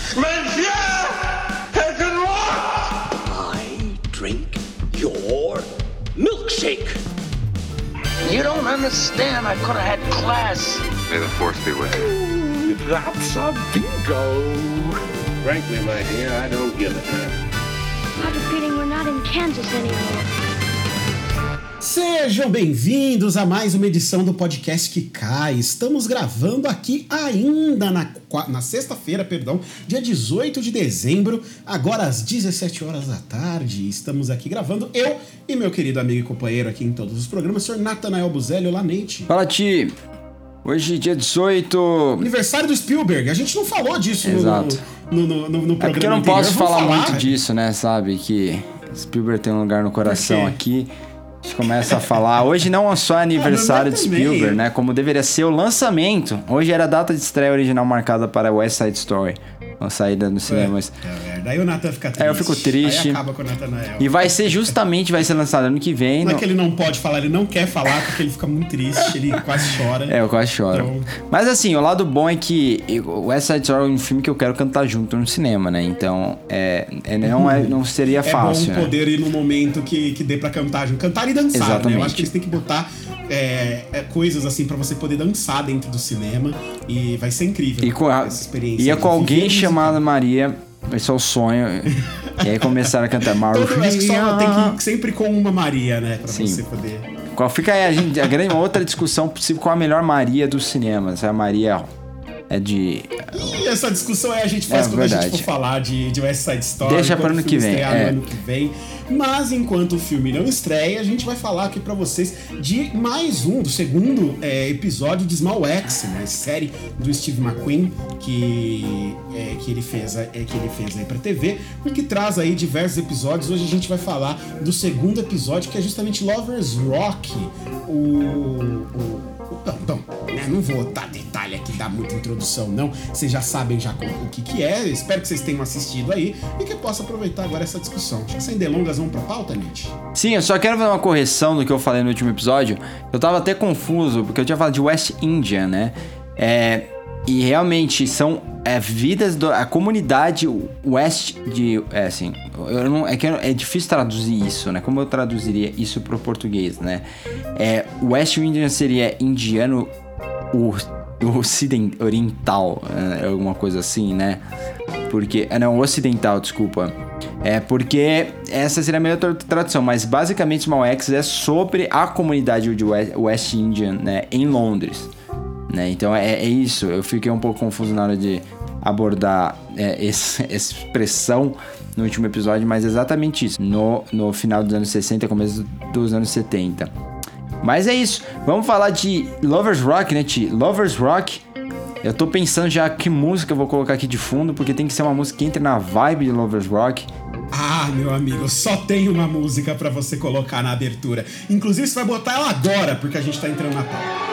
Monsieur has unlocked! I drink your milkshake. You don't understand. I could have had class. May the force be with you. That's a bingo. Frankly, my dear, I don't give a damn. I have a feeling we're not in Kansas anymore. Sejam bem-vindos a mais uma edição do Podcast que Cai. Estamos gravando aqui ainda na sexta-feira, dia 18 de dezembro, agora às 17 horas da tarde. Estamos aqui gravando, eu e meu querido amigo e companheiro aqui em todos os programas, Sr. Nathanael Buzelli. Olá, Neite. Fala, Ti. Hoje, dia 18... Aniversário do Spielberg. A gente não falou disso Exato. no programa É porque eu não anterior. posso falar muito cara. disso, né, sabe? Que Spielberg tem um lugar no coração aqui. A gente começa a falar. Hoje não é só aniversário de Spielberg, né? Como deveria ser o lançamento. Hoje era a data de estreia original marcada para West Side Story. A saída nos cinemas. Daí o Nathan fica triste. Aí eu fico triste. Aí acaba com o Nathanael. E vai ser lançado ano que vem. Não é que ele não pode falar, ele não quer falar porque ele fica muito triste, ele quase chora. Eu quase choro. Então... Mas assim, o lado bom é que o West Side Story é um filme que eu quero cantar junto no cinema, né? Então, não seria fácil. É bom poder ir num momento que dê pra cantar e dançar, exatamente. né? Eu acho que eles têm que botar coisas assim pra você poder dançar dentro do cinema e vai ser incrível essa experiência. Ia com alguém chamada Maria, esse é o sonho. E aí começaram a cantar Maria. Acho que só tem que ir sempre com uma Maria, né? Pra Sim. você poder... Qual fica aí a grande outra discussão possível, qual a melhor Maria do cinema? Se a Maria é de... E essa discussão a gente faz quando verdade. a gente for falar de West Side Story. Deixa para ano que vem. No ano que vem. Mas enquanto o filme não estreia, a gente vai falar aqui pra vocês de do segundo episódio de Small Axe, né? Série do Steve McQueen que ele fez aí pra TV, e que traz aí diversos episódios. Hoje a gente vai falar do segundo episódio, que é justamente Lovers Rock. Não vou dar detalhe aqui, dar muita introdução, não. Vocês já sabem o que é. Espero que vocês tenham assistido aí e que eu possa aproveitar agora essa discussão. Sem delongas, vamos pra pauta, Nietzsche? Sim, eu só quero fazer uma correção do que eu falei no último episódio. Eu tava até confuso, porque eu tinha falado de West Indian, né? E realmente são vidas a comunidade West de... É difícil traduzir isso, né? Como eu traduziria isso pro português, né? West Indian seria indiano oriental, alguma coisa assim, né? Porque... Não, ocidental, desculpa. Porque essa seria a melhor tradução, mas basicamente Small Axe é sobre a comunidade de West Indian, né? Em Londres. Né? Então é isso, eu fiquei um pouco confuso na hora de abordar essa expressão no último episódio, mas é exatamente isso, no final dos anos 60 e começo dos anos 70. Mas é isso, vamos falar de Lovers Rock, né, Ti? Lovers Rock, eu tô pensando já que música eu vou colocar aqui de fundo, porque tem que ser uma música que entre na vibe de Lovers Rock. Ah, meu amigo, só tem uma música pra você colocar na abertura. Inclusive você vai botar ela agora, porque a gente tá entrando na pauta.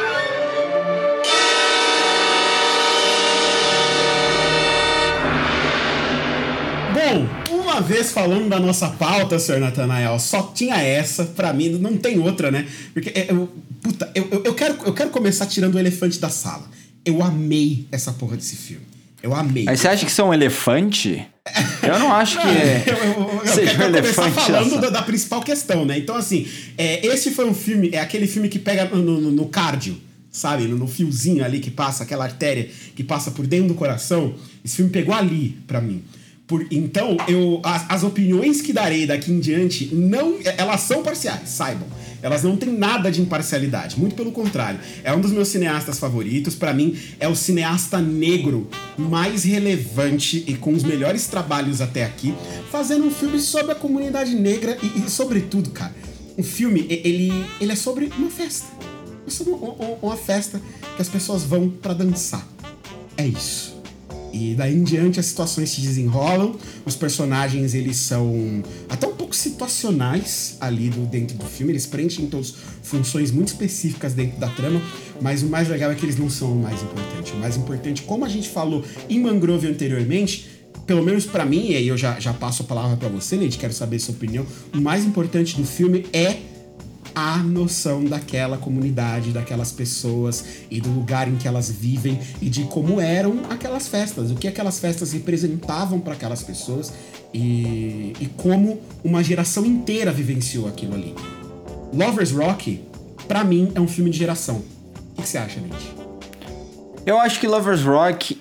Bom, uma vez falando da nossa pauta, Sr. Nathanael, só tinha essa, pra mim não tem outra, né? Porque, eu quero começar tirando o elefante da sala. Eu amei essa porra desse filme. Eu amei. Mas você acha que isso é um elefante? Eu não acho que seja um elefante. Começar falando da principal questão, né? Então, assim, esse foi um filme, aquele filme que pega no cardio, sabe? No fiozinho ali que passa, aquela artéria que passa por dentro do coração. Esse filme pegou ali pra mim. Então, as opiniões que darei daqui em diante, elas são parciais, saibam. Elas não têm nada de imparcialidade, muito pelo contrário. É um dos meus cineastas favoritos, pra mim é o cineasta negro mais relevante e com os melhores trabalhos até aqui, fazendo um filme sobre a comunidade negra e sobretudo, cara, o filme, ele é sobre uma festa. É sobre uma festa que as pessoas vão pra dançar. É isso. E daí em diante as situações se desenrolam, os personagens eles são até um pouco situacionais ali dentro do filme, eles preenchem todas funções muito específicas dentro da trama, mas o mais legal é que eles não são o mais importante. O mais importante, como a gente falou em Mangrove anteriormente, pelo menos pra mim, e aí eu já passo a palavra pra você, Neide, quero saber a sua opinião, o mais importante do filme é a noção daquela comunidade, daquelas pessoas e do lugar em que elas vivem e de como eram aquelas festas, o que aquelas festas representavam para aquelas pessoas e como uma geração inteira vivenciou aquilo ali. Lovers Rock, pra mim, é um filme de geração. O que você acha, gente? Eu acho que Lovers Rock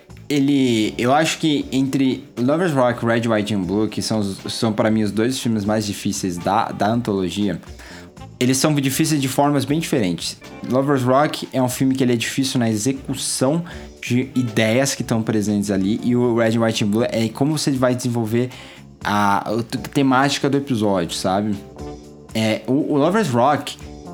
eu acho que entre Lovers Rock, Red, White and Blue, que são para mim os dois filmes mais difíceis da antologia, eles são difíceis de formas bem diferentes. Lovers Rock é um filme que ele é difícil na execução de ideias que estão presentes ali, e o Red, White and Blue é como você vai desenvolver a temática do episódio, sabe? O Lovers Rock,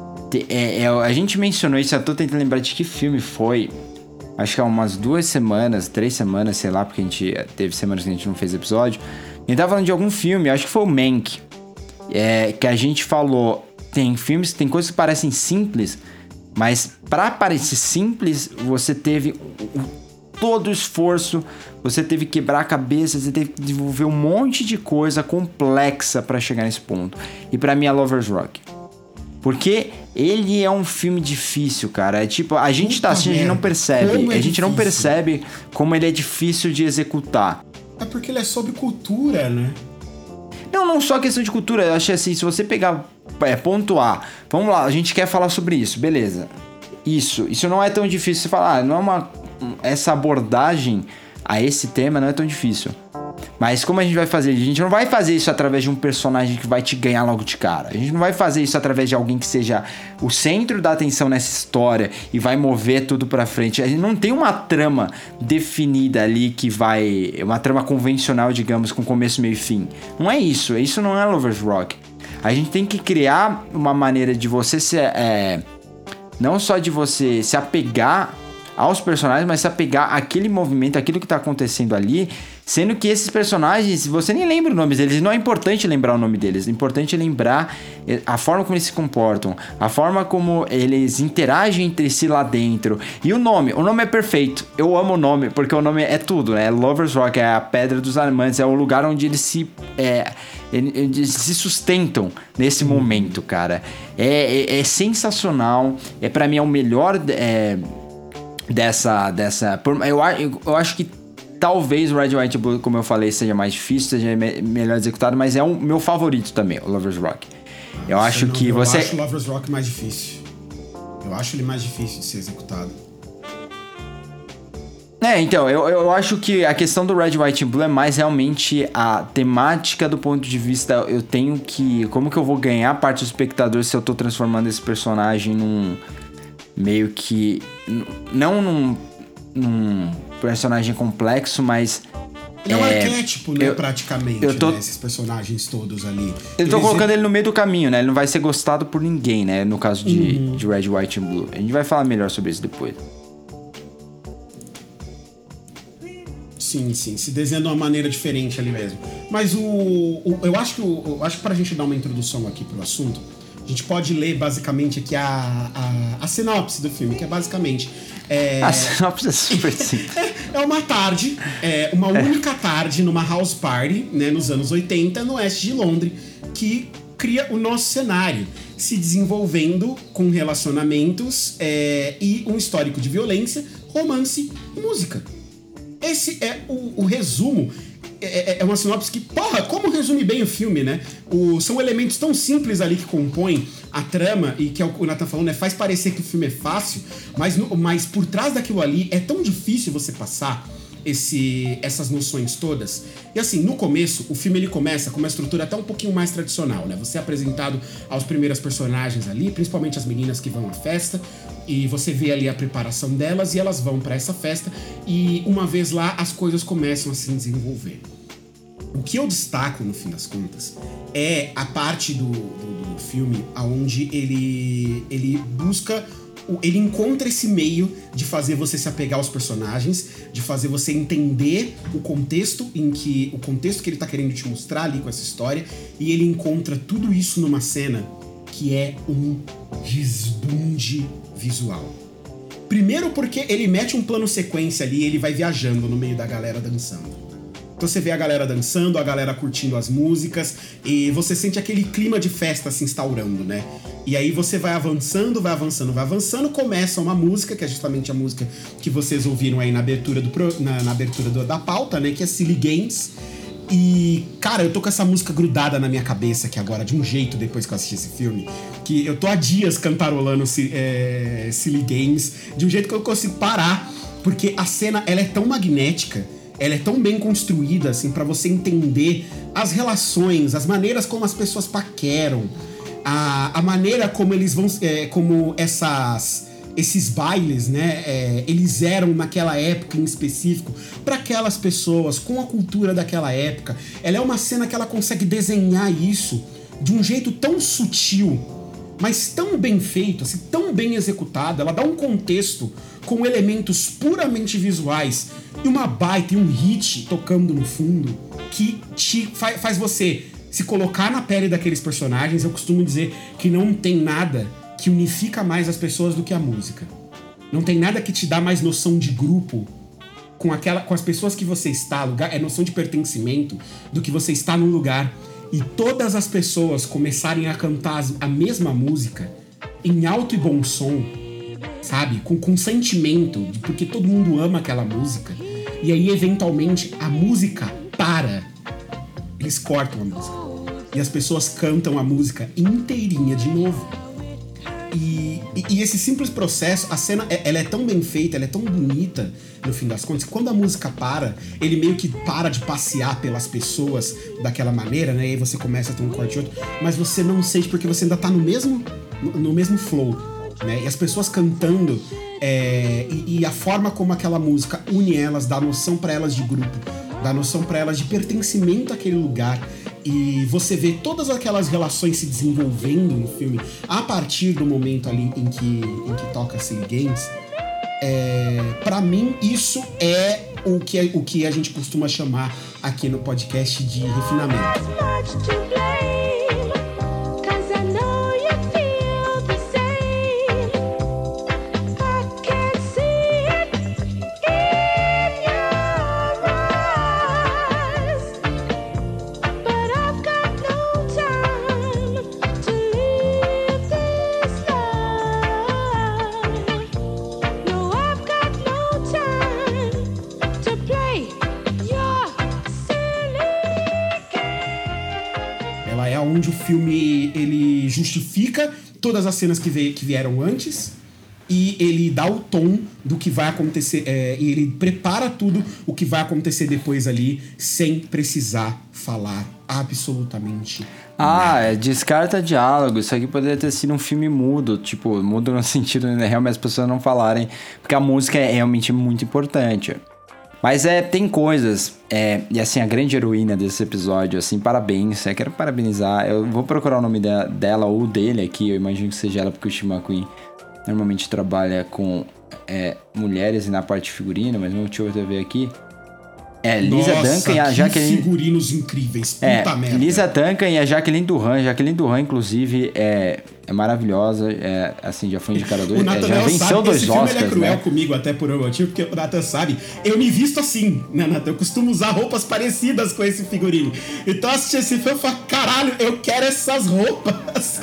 a gente mencionou isso, eu tô tentando lembrar de que filme foi. Acho que há umas 2 semanas, 3 semanas, sei lá, porque a gente teve semanas que a gente não fez episódio. A gente tava falando de algum filme, acho que foi o Mank, que a gente falou, tem filmes, tem coisas que parecem simples, mas pra parecer simples, você teve todo o esforço, você teve que quebrar a cabeça, você teve que desenvolver um monte de coisa complexa pra chegar nesse ponto. E pra mim é Lovers Rock. Porque ele é um filme difícil, cara. É tipo, a gente tá assistindo, a gente não percebe. A gente não percebe como ele é difícil de executar. É porque ele é sobre cultura, né? Não só questão de cultura. Eu achei assim, se você pegar ponto A, vamos lá, a gente quer falar sobre isso, beleza. Isso não é tão difícil. Você falar, essa abordagem a esse tema não é tão difícil. Mas como a gente vai fazer? A gente não vai fazer isso através de um personagem que vai te ganhar logo de cara. A gente não vai fazer isso através de alguém que seja o centro da atenção nessa história e vai mover tudo pra frente. A gente não tem uma trama definida ali que vai... Uma trama convencional, digamos, com começo, meio e fim. Não é isso. Isso não é Lovers Rock. A gente tem que criar uma maneira de você não só de você se apegar aos personagens, mas se apegar àquele movimento, aquilo que tá acontecendo ali, sendo que esses personagens, você nem lembra o nome deles, não é importante lembrar o nome deles, é importante lembrar a forma como eles se comportam, a forma como eles interagem entre si lá dentro, e o nome é perfeito, eu amo o nome, porque o nome é tudo, né? Lovers Rock é a pedra dos amantes, é o lugar onde eles se sustentam nesse momento, cara, é sensacional, pra mim é o melhor dessa eu acho que talvez o Red, White and Blue, como eu falei, seja mais difícil, seja melhor executado, mas é o meu favorito também, o Lovers Rock. Eu acho o Lovers Rock mais difícil. Eu acho ele mais difícil de ser executado. Então, eu acho que a questão do Red, White and Blue é mais realmente a temática do ponto de vista, eu tenho que... Como que eu vou ganhar parte do espectador se eu tô transformando esse personagem num... meio que... Não num personagem complexo, mas... Ele é um arquétipo, né, praticamente, né, esses personagens todos ali. Eu tô colocando ele no meio do caminho, né? Ele não vai ser gostado por ninguém, né? No caso de Red, White and Blue. A gente vai falar melhor sobre isso depois. Sim, se desenha de uma maneira diferente ali mesmo. Mas eu acho que pra gente dar uma introdução aqui pro assunto, a gente pode ler basicamente aqui a sinopse do filme, que é basicamente... A sinopse é super simples. É uma tarde, uma única tarde numa house party, né, nos anos 80, no oeste de Londres, que cria o nosso cenário, se desenvolvendo com relacionamentos e um histórico de violência, romance e música. Esse é o resumo. É uma sinopse que, porra, como resume bem o filme, né? São elementos tão simples ali que compõem a trama, e que é o que o Nathan falou, né? Faz parecer que o filme é fácil, mas por trás daquilo ali é tão difícil você passar essas noções todas. E assim, no começo, o filme ele começa com uma estrutura até um pouquinho mais tradicional, né? Você é apresentado aos primeiros personagens ali, principalmente as meninas que vão à festa, e você vê ali a preparação delas, e elas vão pra essa festa, e uma vez lá, as coisas começam a se desenvolver. O que eu destaco, no fim das contas, é a parte do filme onde ele busca... Ele encontra esse meio de fazer você se apegar aos personagens, de fazer você entender o contexto que ele tá querendo te mostrar ali com essa história, e ele encontra tudo isso numa cena que é um desbunde visual. Primeiro porque ele mete um plano sequência ali e ele vai viajando no meio da galera dançando. Então você vê a galera dançando, a galera curtindo as músicas, e você sente aquele clima de festa se instaurando, né? E aí você vai avançando, começa uma música, que é justamente a música que vocês ouviram aí na abertura, da pauta, né? Que é Silly Games. E, cara, eu tô com essa música grudada na minha cabeça aqui agora, de um jeito, depois que eu assisti esse filme, que eu tô há dias cantarolando Silly Games, de um jeito que eu consigo parar, porque a cena, ela é tão magnética, ela é tão bem construída, assim, pra você entender as relações, as maneiras como as pessoas paqueram, a maneira como eles vão, como esses bailes, né, eles eram naquela época em específico, para aquelas pessoas, com a cultura daquela época. Ela é uma cena que ela consegue desenhar isso de um jeito tão sutil, mas tão bem feito, assim, tão bem executado. Ela dá um contexto com elementos puramente visuais e uma baita e um hit tocando no fundo que faz você se colocar na pele daqueles personagens. Eu costumo dizer que não tem nada que unifica mais as pessoas do que a música. Não tem nada que te dá mais noção de grupo com as pessoas que você está, noção de pertencimento do que você está num lugar e todas as pessoas começarem a cantar a mesma música em alto e bom som, sabe? Com sentimento, porque todo mundo ama aquela música. E aí, eventualmente, a música para. Eles cortam a música. E as pessoas cantam a música inteirinha de novo. E esse simples processo, a cena, ela é tão bem feita, ela é tão bonita, no fim das contas, que quando a música para, ele meio que para de passear pelas pessoas daquela maneira, né? E aí você começa a ter um corte e outro, mas você não sente porque você ainda tá no mesmo flow, né? E as pessoas cantando, e a forma como aquela música une elas, dá noção pra elas de grupo, dá noção pra elas de pertencimento àquele lugar. E você vê todas aquelas relações se desenvolvendo no filme a partir do momento ali em que toca Silly Games. Pra mim, isso é o que a gente costuma chamar aqui no podcast de refinamento. Onde o filme ele justifica todas as cenas que vieram antes e ele dá o tom do que vai acontecer, e ele prepara tudo o que vai acontecer depois ali sem precisar falar absolutamente nada. Descarta diálogo. Isso aqui poderia ter sido um filme mudo, tipo, mudo no sentido de realmente as pessoas não falarem, porque a música é realmente muito importante. Mas tem coisas, e assim, a grande heroína desse episódio, assim, parabéns, quero parabenizar, eu vou procurar o nome dela ou dele aqui, eu imagino que seja ela, porque o Steve McQueen normalmente trabalha com mulheres na parte de figurino, mas deixa eu ver aqui. Lisa Duncan e a Jacqueline... figurinos incríveis, puta merda. Lisa Duncan e a Jacqueline Durran. Jacqueline Durran, inclusive, é maravilhosa. Assim, já foi indicada dois. Já venceu 2 Oscars, ele é cruel comigo, até por um motivo, porque o Nathan sabe. Eu me visto assim, né, Nathan? Eu costumo usar roupas parecidas com esse figurino. Então, assisti esse filme e falei, caralho, eu quero essas roupas.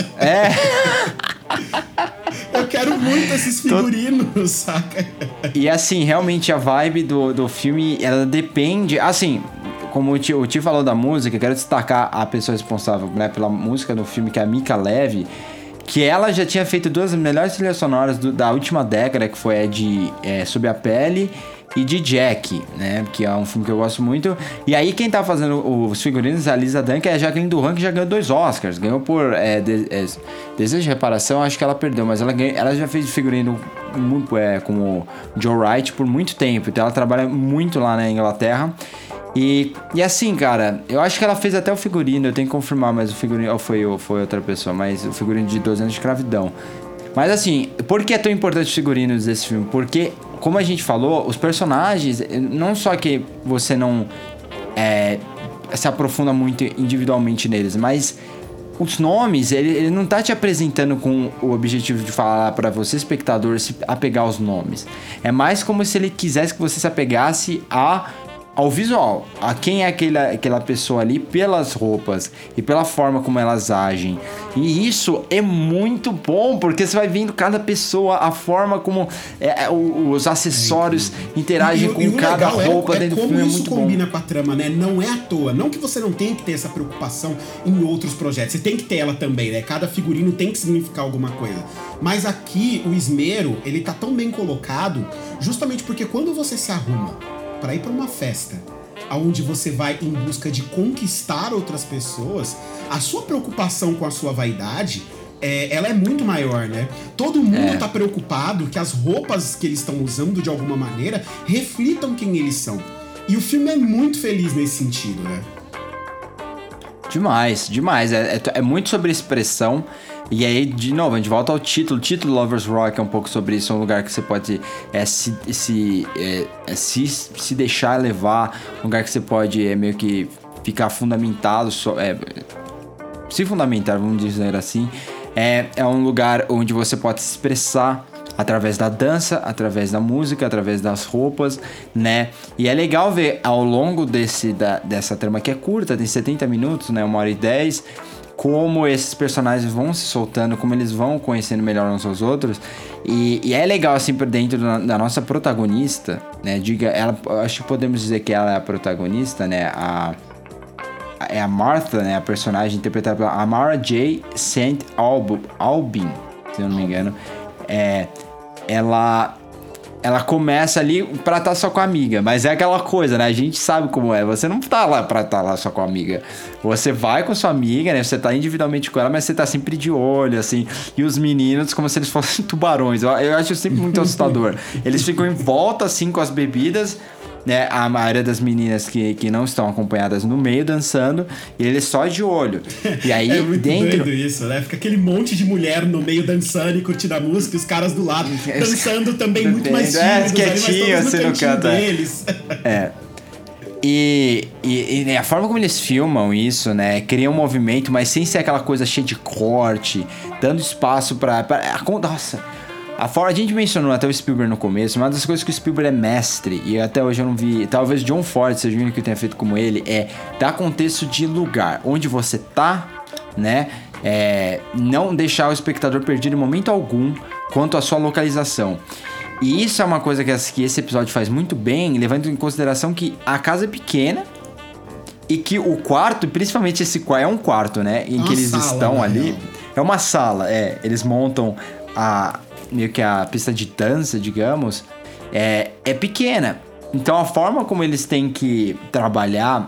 Eu quero muito esses figurinos, saca? E assim, realmente a vibe do filme, ela depende... Assim, como o Tio falou da música, eu quero destacar a pessoa responsável, né, pela música do filme, que é a Mika Levi, que ela já tinha feito 2 das melhores trilhas sonoras da última década, que foi a de Sob a Pele e de Jack, né, que é um filme que eu gosto muito. E aí quem tá fazendo os figurinos, a Lisa Duncan, é a Jacqueline Durran, que já ganhou 2 Oscars. Ganhou por Desejo de Reparação, acho que ela perdeu, mas ela já fez figurino como Joe Wright por muito tempo, então ela trabalha muito lá na Inglaterra. E assim, cara, eu acho que ela fez até o figurino, eu tenho que confirmar, mas o figurino foi outra pessoa, mas o figurino de 12 anos de escravidão. Mas assim, por que é tão importante os figurinos desse filme? Porque, como a gente falou, os personagens, não só que você não se aprofunda muito individualmente neles, mas os nomes, ele não tá te apresentando com o objetivo de falar pra você, espectador, se apegar aos nomes. É mais como se ele quisesse que você se apegasse a ao visual, a quem é aquela pessoa ali pelas roupas e pela forma como elas agem. E isso é muito bom, porque você vai vendo cada pessoa, a forma como os acessórios interagem com cada roupa dentro do filme. É muito bom. Como isso combina com a trama, né? Não é à toa. Não que você não tenha que ter essa preocupação em outros projetos. Você tem que ter ela também, né? Cada figurino tem que significar alguma coisa. Mas aqui, o esmero, ele tá tão bem colocado, justamente porque quando você se arruma para ir para uma festa onde você vai em busca de conquistar outras pessoas, a sua preocupação com a sua vaidade, ela é muito maior, né? Todo mundo tá preocupado que as roupas que eles estão usando de alguma maneira reflitam quem eles são. E o filme é muito feliz nesse sentido, né? Demais, demais. É muito sobre expressão. E aí, de novo, a gente volta ao título. O título Lovers Rock é um pouco sobre isso. É um lugar que você pode se deixar levar. Um lugar que você pode meio que ficar fundamentado. Se fundamentar, vamos dizer assim. É um lugar onde você pode se expressar através da dança, através da música, através das roupas, né? E é legal ver ao longo dessa trama que é curta, tem 70 minutos, né? 1h10, como esses personagens vão se soltando, como eles vão conhecendo melhor uns aos outros. E é legal, assim, por dentro da nossa protagonista, né? Acho que podemos dizer que ela é a protagonista, né? É a Martha, né? A personagem interpretada pela Amara J. St. Albin, se eu não me engano. Ela começa ali pra estar só com a amiga, mas é aquela coisa, né? A gente sabe como é. Você não tá lá pra estar lá só com a amiga. Você vai com sua amiga, né? Você tá individualmente com ela, mas você tá sempre de olho, assim. E os meninos, como se eles fossem tubarões. Eu acho sempre muito assustador. Eles ficam em volta, assim, com as bebidas, né? A maioria das meninas que não estão acompanhadas no meio dançando, e eles só de olho. E aí é muito dentro doido isso, né? Fica aquele monte de mulher no meio dançando e curtindo a música, e os caras do lado dançando também muito mais tímidos, quietinho, ali, mas assim no canto deles. E a forma como eles filmam isso, né? Cria um movimento, mas sem ser aquela coisa cheia de corte, dando espaço pra nossa. A gente mencionou até o Spielberg no começo, uma das coisas que o Spielberg é mestre, e até hoje eu não vi, talvez John Ford seja o único que tenha feito como ele, é dar contexto de lugar, onde você tá, né? Não deixar o espectador perdido em momento algum quanto à sua localização. E isso é uma coisa que esse episódio faz muito bem, levando em consideração que a casa é pequena e que o quarto, principalmente esse quarto, é um quarto, né? Em que eles estão ali. É uma sala, eles montam meio que a pista de dança, digamos, é pequena. Então a forma como eles têm que trabalhar,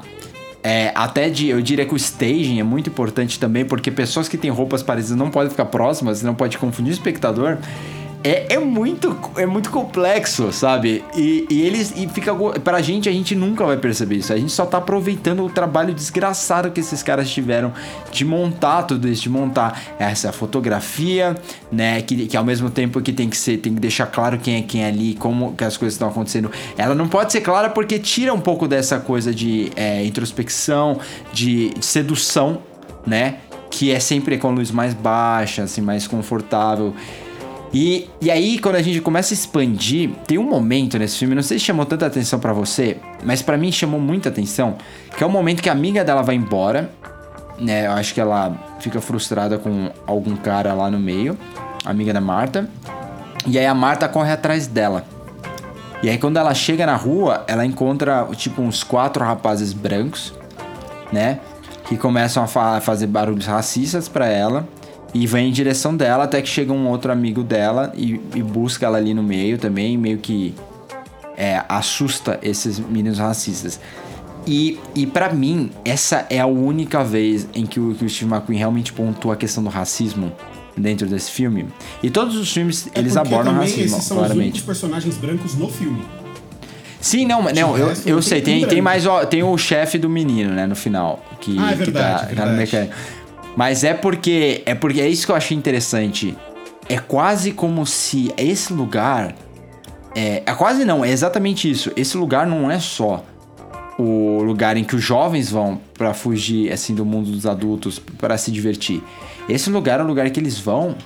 eu diria que o staging é muito importante também, porque pessoas que têm roupas parecidas não podem ficar próximas, não pode confundir o espectador. É muito complexo, sabe? E fica pra gente, a gente nunca vai perceber isso. A gente só tá aproveitando o trabalho desgraçado que esses caras tiveram de montar tudo isso, de montar essa fotografia, né? Que ao mesmo tempo que tem que deixar claro quem é quem ali, como que as coisas estão acontecendo. Ela não pode ser clara porque tira um pouco dessa coisa de introspecção, de sedução, né? Que é sempre com a luz mais baixa, assim, mais confortável. E aí, quando a gente começa a expandir, tem um momento nesse filme, não sei se chamou tanta atenção pra você, mas pra mim chamou muita atenção, que é o momento que a amiga dela vai embora, né? Eu acho que ela fica frustrada com algum cara lá no meio, a amiga da Martha, e aí a Martha corre atrás dela. E aí, quando ela chega na rua, ela encontra, tipo, uns 4 rapazes brancos, né? Que começam a fazer barulhos racistas pra ela. E vem em direção dela, até que chega um outro amigo dela e busca ela ali no meio também, meio que assusta esses meninos racistas. E pra mim, essa é a única vez em que o Steve McQueen realmente pontua a questão do racismo dentro desse filme. E todos os filmes, eles abordam racismo, esses são claramente. Os únicos personagens brancos no filme. Sim, não, eu sei, tem mais, tem o chefe do menino, né, no final. É verdade, que tá no mecânico. Mas é porque é isso que eu achei interessante. É quase como se esse lugar... quase não, é exatamente isso. Esse lugar não é só o lugar em que os jovens vão pra fugir, assim, do mundo dos adultos, para se divertir. Esse lugar é o lugar que eles vão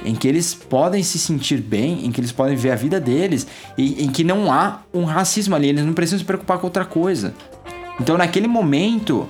em que eles podem se sentir bem, em que eles podem ver a vida deles, e em que não há um racismo ali, eles não precisam se preocupar com outra coisa. Então, naquele momento,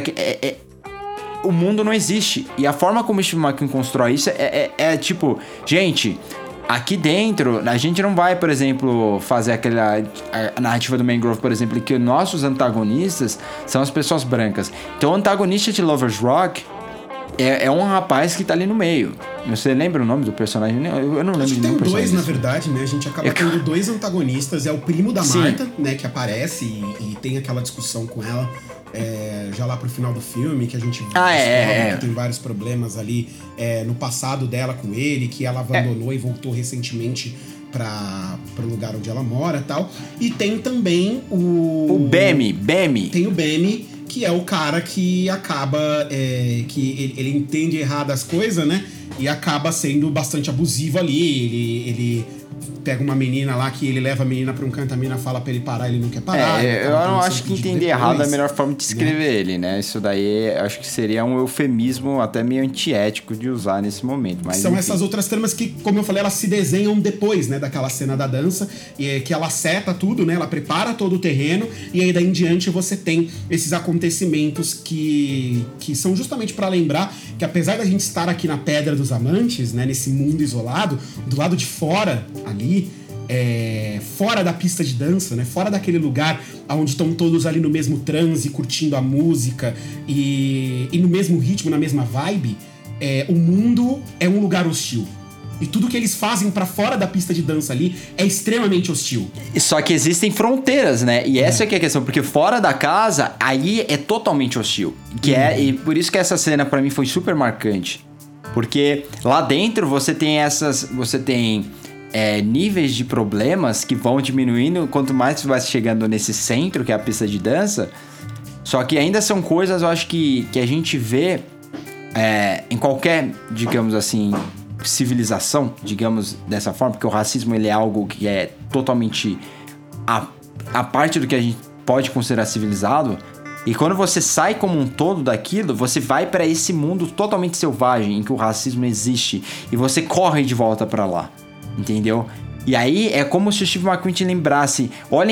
o mundo não existe. E a forma como o Steve McQueen constrói isso é tipo, gente, aqui dentro, a gente não vai, por exemplo, fazer a narrativa do Mangrove, por exemplo, que os nossos antagonistas são as pessoas brancas. Então, o antagonista de Lovers Rock é um rapaz que tá ali no meio. Você lembra o nome do personagem? Eu não lembro de nenhum personagem. Tem dois, na verdade, né? A gente acaba tendo dois antagonistas. É o primo da Marta, né? Que aparece e tem aquela discussão com ela já lá pro final do filme, que a gente descobre que tem vários problemas ali no passado dela com ele, que ela abandonou e voltou recentemente pro lugar onde ela mora e tal. E tem também o Bemi. Tem o Bemi, que é o cara que acaba que ele entende errado as coisas, né? E acaba sendo bastante abusivo ali. Ele pega uma menina lá, que ele leva a menina pra um canto, a menina fala pra ele parar, ele não quer parar. Eu não acho que entender errado é a melhor forma de escrever ele, né? Isso daí acho que seria um eufemismo até meio antiético de usar nesse momento. Mas, são essas outras tramas que, como eu falei, elas se desenham depois, né? Daquela cena da dança, e que ela seta tudo, né? Ela prepara todo o terreno, e aí daí em diante você tem esses acontecimentos que são justamente pra lembrar que, apesar da gente estar aqui na Pedra dos Amantes, né? Nesse mundo isolado, do lado de fora ali, fora da pista de dança, né? Fora daquele lugar onde estão todos ali no mesmo transe, curtindo a música e no mesmo ritmo, na mesma vibe, o mundo é um lugar hostil. E tudo que eles fazem pra fora da pista de dança ali é extremamente hostil. Só que existem fronteiras, né? E essa que é a questão, porque fora da casa, aí é totalmente hostil. E por isso que essa cena pra mim foi super marcante. Porque lá dentro você tem níveis de problemas que vão diminuindo quanto mais você vai chegando nesse centro, que é a pista de dança. Só que ainda são coisas, eu acho que a gente vê em qualquer, digamos assim, civilização, digamos dessa forma, porque o racismo ele é algo que é totalmente a parte do que a gente pode considerar civilizado. E quando você sai como um todo daquilo, você vai pra esse mundo totalmente selvagem, em que o racismo existe, e você corre de volta pra lá, entendeu? E aí é como se o Steve McQueen te lembrasse, olha a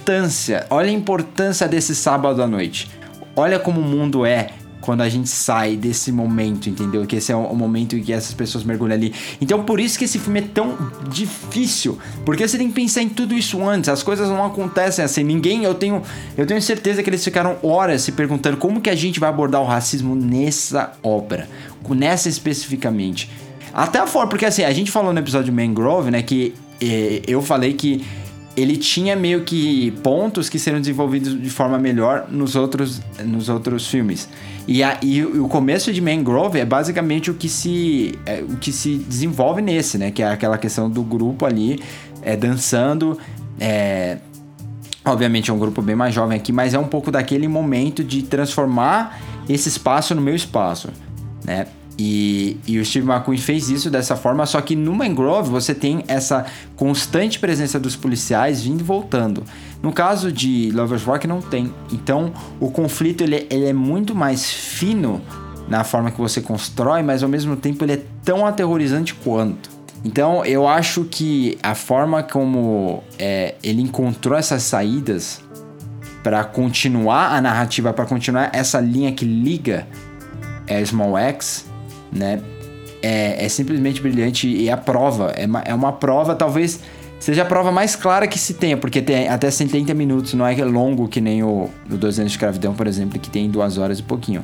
importância desse sábado à noite, olha como o mundo é quando a gente sai desse momento, entendeu? Que esse é o momento em que essas pessoas mergulham ali. Então por isso que esse filme é tão difícil, porque você tem que pensar em tudo isso antes, as coisas não acontecem assim, eu tenho certeza que eles ficaram horas se perguntando como que a gente vai abordar o racismo nessa obra, nessa especificamente. Até a forma, porque assim, a gente falou no episódio de Mangrove, né, que eu falei que ele tinha meio que pontos que seriam desenvolvidos de forma melhor nos outros filmes. E o começo de Mangrove é basicamente o que se desenvolve nesse, né? Que é aquela questão do grupo ali dançando. Obviamente é um grupo bem mais jovem aqui, mas é um pouco daquele momento de transformar esse espaço no meu espaço, né? E o Steve McQueen fez isso dessa forma, só que no Mangrove você tem essa constante presença dos policiais vindo e voltando. No caso de Lovers Rock não tem. Então o conflito ele é muito mais fino na forma que você constrói, mas ao mesmo tempo ele é tão aterrorizante quanto. Então eu acho que a forma como ele encontrou essas saídas para continuar a narrativa, para continuar essa linha que liga Small Axe, né? É simplesmente brilhante. E a prova é uma prova, talvez seja a prova mais clara que se tenha, porque tem até 70 minutos, não é longo que nem o 2 anos de escravidão, por exemplo, que tem 2 horas e pouquinho.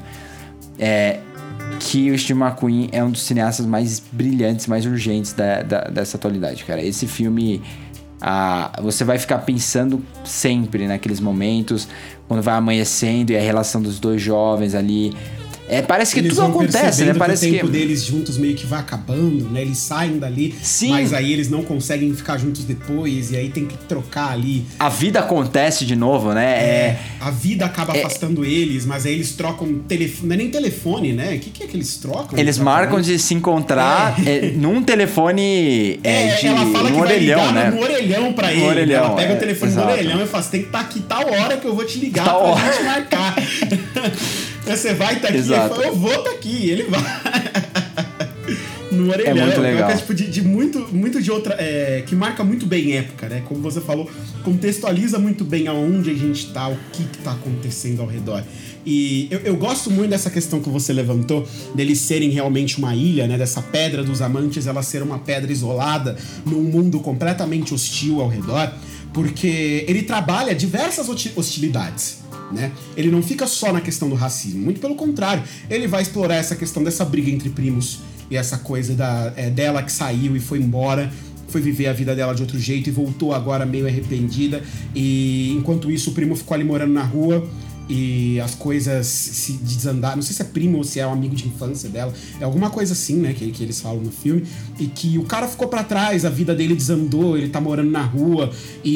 Que o Steve McQueen é um dos cineastas mais brilhantes, mais urgentes dessa atualidade, cara. Esse filme, você vai ficar pensando sempre naqueles momentos, quando vai amanhecendo e a relação dos dois jovens ali. Parece que eles tudo acontece, né? Parece que o tempo deles juntos meio que vai acabando, né? Eles saem dali, sim, mas aí eles não conseguem ficar juntos depois, e aí tem que trocar ali. A vida acontece de novo, né? A vida acaba afastando eles, mas aí eles trocam telefone. Não é nem telefone, né? O que é que eles trocam? Eles marcam de se encontrar num telefone ela fala no que orelhão, vai ligar né? no orelhão pra ele. Orelhão, ela pega o telefone no orelhão e fala, você tem que estar aqui tal hora que eu vou te ligar pra gente marcar. Você vai estar aqui, ele fala, eu vou estar aqui, ele vai. no orelhão. É muito legal. É tipo muito de outra... que marca muito bem época, né? Como você falou, contextualiza muito bem aonde a gente tá, o que tá acontecendo ao redor. E eu gosto muito dessa questão que você levantou, deles serem realmente uma ilha, né? Dessa pedra dos amantes, ela ser uma pedra isolada num mundo completamente hostil ao redor, porque ele trabalha diversas hostilidades, né? Ele não fica só na questão do racismo, muito pelo contrário, ele vai explorar essa questão dessa briga entre primos e essa coisa dela que saiu e foi embora, foi viver a vida dela de outro jeito e voltou agora meio arrependida, e enquanto isso o primo ficou ali morando na rua e as coisas se desandaram. Não sei se é primo ou se é um amigo de infância dela, é alguma coisa assim, né, que eles falam no filme, e que o cara ficou pra trás, a vida dele desandou, ele tá morando na rua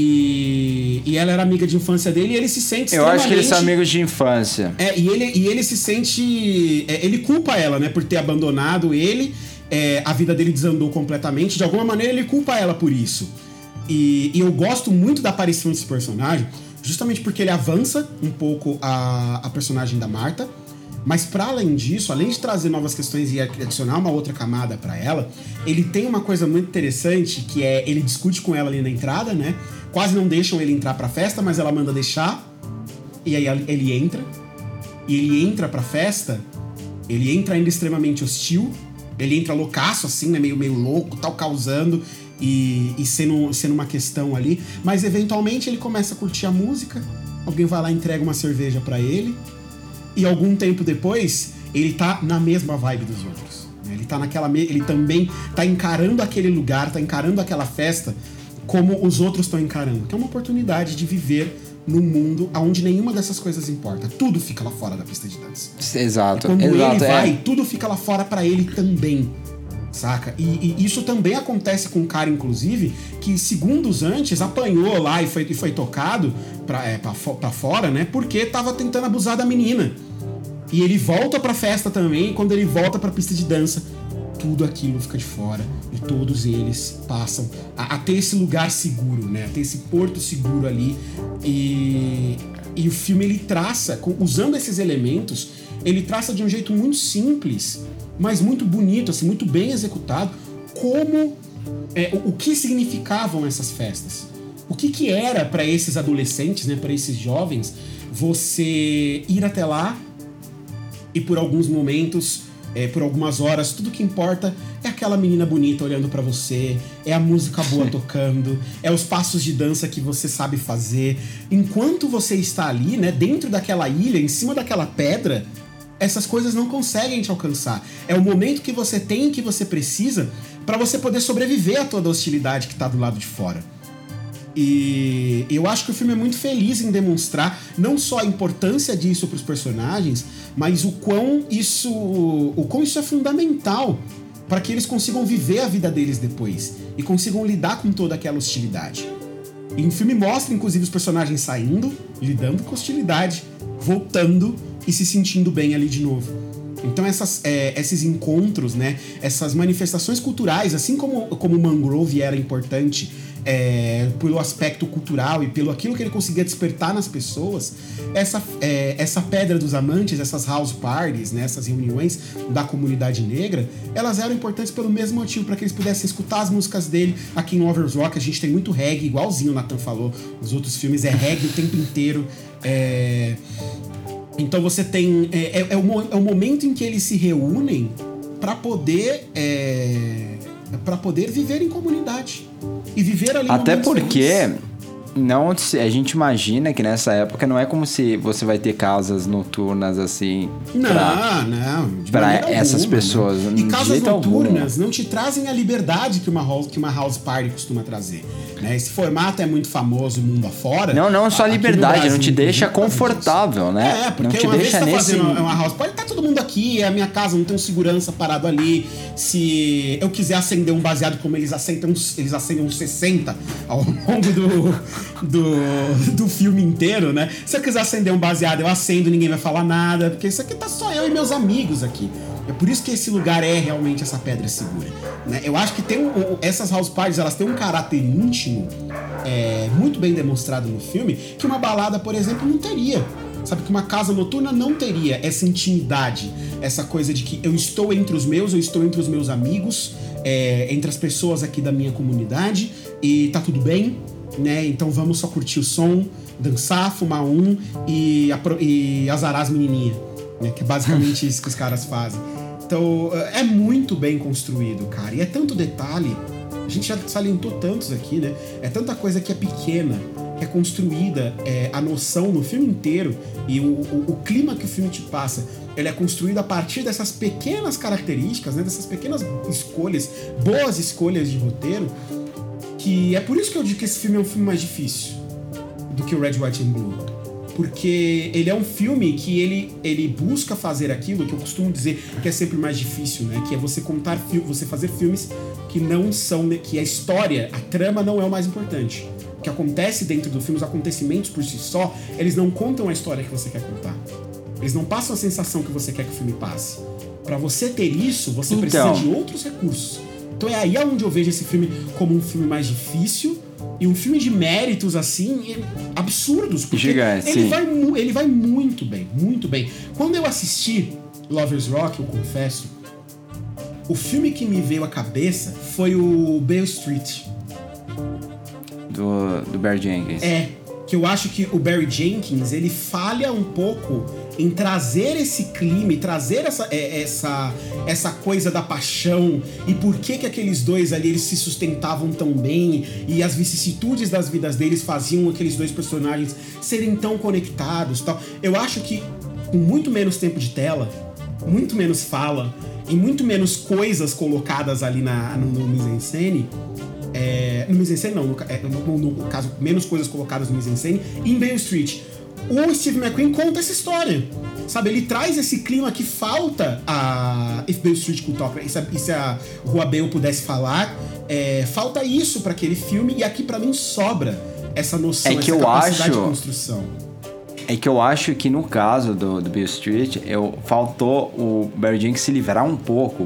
e ela era amiga de infância dele e ele se sente Eu acho que eles são amigos de infância. E ele se sente... ele culpa ela, né, por ter abandonado ele, a vida dele desandou completamente, de alguma maneira ele culpa ela por isso. E eu gosto muito da aparição desse personagem, justamente porque ele avança um pouco a personagem da Marta, mas para além disso, além de trazer novas questões e adicionar uma outra camada para ela, ele tem uma coisa muito interessante, que é, ele discute com ela ali na entrada, né? Quase não deixam ele entrar pra festa, mas ela manda deixar, e aí ele entra, e ele entra pra festa, ele entra ainda extremamente hostil, ele entra loucaço assim, né? Meio louco, tal, causando... E sendo uma questão ali, mas eventualmente ele começa a curtir a música, alguém vai lá e entrega uma cerveja pra ele, e algum tempo depois ele tá na mesma vibe dos outros, né? Ele também tá encarando aquele lugar, tá encarando aquela festa como os outros estão encarando, que é uma oportunidade de viver num mundo onde nenhuma dessas coisas importa, tudo fica lá fora da pista de dança. Exato. E quando ele vai, tudo fica lá fora pra ele também. Saca? E isso também acontece com um cara, inclusive, que segundos antes apanhou lá e foi tocado pra fora, né? Porque tava tentando abusar da menina. E ele volta pra festa também, e quando ele volta pra pista de dança, tudo aquilo fica de fora. E todos eles passam a ter esse lugar seguro, né? A ter esse porto seguro ali. E o filme, ele traça, usando esses elementos, ele traça de um jeito muito simples, mas muito bonito, assim, muito bem executado, como o que significavam essas festas. O que era para esses adolescentes, né, para esses jovens, você ir até lá e por alguns momentos, por algumas horas, tudo que importa é aquela menina bonita olhando para você, é a música boa tocando, é os passos de dança que você sabe fazer. Enquanto você está ali, né, dentro daquela ilha, em cima daquela pedra, essas coisas não conseguem te alcançar. É o momento que você tem, que você precisa, para você poder sobreviver a toda a hostilidade que tá do lado de fora. E eu acho que o filme é muito feliz em demonstrar não só a importância disso pros personagens, mas o quão isso é fundamental para que eles consigam viver a vida deles depois e consigam lidar com toda aquela hostilidade. E o filme mostra, inclusive, os personagens saindo, lidando com a hostilidade, voltando e se sentindo bem ali de novo. Então esses encontros, né, essas manifestações culturais, assim como o Mangrove era importante pelo aspecto cultural e pelo aquilo que ele conseguia despertar nas pessoas, essa Pedra dos Amantes, essas house parties, né, essas reuniões da comunidade negra, elas eram importantes pelo mesmo motivo, para que eles pudessem escutar as músicas dele. Aqui em Lovers Rock a gente tem muito reggae, igualzinho o Nathan falou, os outros filmes é reggae o tempo inteiro. Então você tem... É o momento em que eles se reúnem para poder viver em comunidade. E viver ali... Até porque... Não, a gente imagina que nessa época não é como se você vai ter casas noturnas assim. Não. Pra essas pessoas. Né? E casas noturnas não te trazem a liberdade que uma house party costuma trazer. Né? Esse formato é muito famoso mundo afora. Não só a liberdade, Brasil, não te deixa confortável, né? Porque não te uma deixa vez você tá fazendo uma house party, tá todo mundo aqui, é a minha casa, não tem um segurança parado ali. Se eu quiser acender um baseado como eles acendem uns 60 ao longo do filme inteiro, né? Se eu quiser acender um baseado, eu acendo, ninguém vai falar nada, porque isso aqui tá só eu e meus amigos aqui. É por isso que esse lugar é realmente essa pedra segura, né? Eu acho que essas house parties, elas têm um caráter íntimo muito bem demonstrado no filme, que uma balada, por exemplo, não teria. Sabe, que uma casa noturna não teria essa intimidade, essa coisa de que eu estou entre os meus amigos, entre as pessoas aqui da minha comunidade, e tá tudo bem, né? Então vamos só curtir o som, dançar, fumar e azarar as menininhas, né? Que é basicamente isso que os caras fazem. Então é muito bem construído, cara, e é tanto detalhe, a gente já salientou tantos aqui, né? É tanta coisa que é pequena, que é construída, a noção no filme inteiro e o clima que o filme te passa, ele é construído a partir dessas pequenas características, né, dessas pequenas escolhas, boas escolhas de roteiro, que é por isso que eu digo que esse filme é um filme mais difícil do que o Red, White and Blue. Porque ele é um filme que ele busca fazer aquilo que eu costumo dizer que é sempre mais difícil, né? Que é você você fazer filmes que não são, que a história, a trama não é o mais importante. O que acontece dentro do filme, os acontecimentos por si só, eles não contam a história que você quer contar. Eles não passam a sensação que você quer que o filme passe. Pra você ter isso, você precisa de outros recursos. Então é aí onde eu vejo esse filme como um filme mais difícil e um filme de méritos, assim, absurdos. Porque ele vai muito bem, muito bem. Quando eu assisti Lovers Rock, eu confesso, o filme que me veio à cabeça foi o Beale Street. Do Barry Jenkins. Que eu acho que o Barry Jenkins, ele falha um pouco em trazer esse clima, trazer essa coisa da paixão e por que aqueles dois ali eles se sustentavam tão bem e as vicissitudes das vidas deles faziam aqueles dois personagens serem tão conectados, tal. Eu acho que com muito menos tempo de tela, muito menos fala e muito menos coisas colocadas ali no mise-en-scène, no mise-en-scène não, no caso, menos coisas colocadas no mise-en-scène, em Beale Street, o Steve McQueen conta essa história, sabe? Ele traz esse clima que falta a If Beale Street Could Talk, e se a Rua Beale pudesse falar, falta isso pra aquele filme, e aqui pra mim sobra essa noção, essa capacidade de construção. É que eu acho que no caso do Beale Street, faltou o Barry Jenkins se livrar um pouco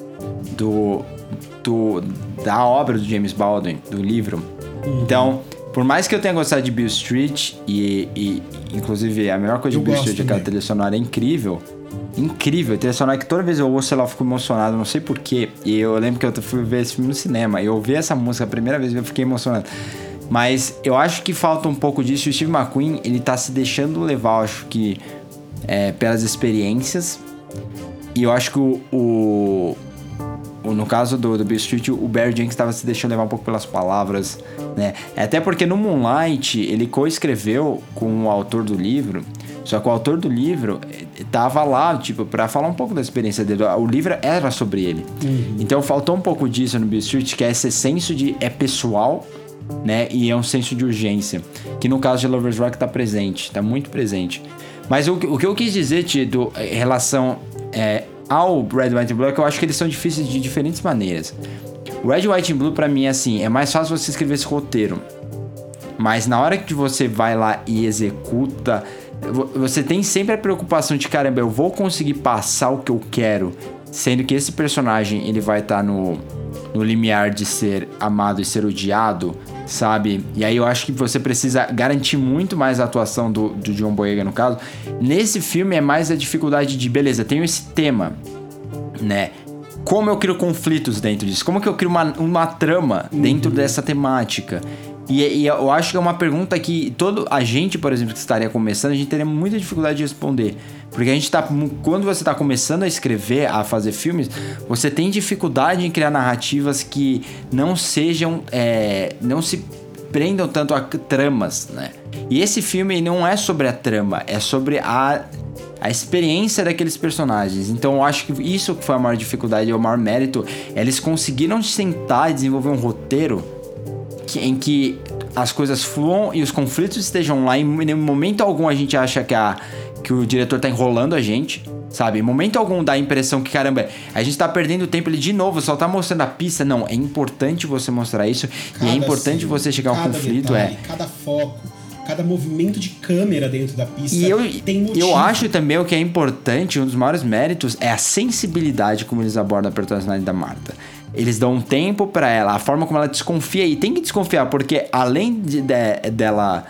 da obra do James Baldwin, do livro. Então, por mais que eu tenha gostado de Beale Street, e inclusive a melhor coisa de Beale Street é que a trilha sonora é incrível. Incrível, a trilha sonora que toda vez eu ouço ela eu fico emocionado, não sei porquê. E eu lembro que eu fui ver esse filme no cinema, e eu ouvi essa música a primeira vez e eu fiquei emocionado. Mas eu acho que falta um pouco disso. O Steve McQueen, ele tá se deixando levar, eu acho que, pelas experiências. E eu acho que no caso do Beale Street, o Barry Jenkins estava se deixando levar um pouco pelas palavras, né? Até porque no Moonlight, ele coescreveu com o autor do livro, só que o autor do livro tava lá, tipo, pra falar um pouco da experiência dele. O livro era sobre ele. Então faltou um pouco disso no Beale Street, que é esse senso de pessoal, né? E é um senso de urgência, que no caso de Lovers Rock tá presente, tá muito presente. Mas o que eu quis dizer, Tito, em relação ao Red, White and Blue, é que eu acho que eles são difíceis de diferentes maneiras. O Red, White and Blue, pra mim, assim, é mais fácil você escrever esse roteiro. Mas na hora que você vai lá e executa, você tem sempre a preocupação de, caramba, eu vou conseguir passar o que eu quero, sendo que esse personagem, ele vai estar no limiar de ser amado e ser odiado, sabe? E aí eu acho que você precisa garantir muito mais a atuação do John Boyega, no caso. Nesse filme é mais a dificuldade de, beleza, tenho esse tema, né? Como eu crio conflitos dentro disso? Como que eu crio uma trama dentro dessa temática? E eu acho que é uma pergunta que a gente, por exemplo, que estaria começando, a gente teria muita dificuldade de responder. Porque a gente quando você está começando a escrever, a fazer filmes, você tem dificuldade em criar narrativas que não sejam, não se prendam tanto a tramas, né? E esse filme não é sobre a trama, é sobre a experiência daqueles personagens. Então eu acho que isso que foi a maior dificuldade, o maior mérito. Eles conseguiram sentar e desenvolver um roteiro em que as coisas fluam e os conflitos estejam lá. Em momento algum a gente acha que o diretor tá enrolando a gente, sabe? Em momento algum dá a impressão que, caramba, a gente tá perdendo tempo, ele de novo só tá mostrando a pista. Não, é importante você mostrar isso, e é importante você chegar ao conflito. Detalhe, cada foco, cada movimento de câmera dentro da pista tem motivo. Eu acho também o que é importante, um dos maiores méritos, é a sensibilidade como eles abordam a personagem da Marta. Eles dão um tempo pra ela, a forma como ela desconfia, e tem que desconfiar, porque além dela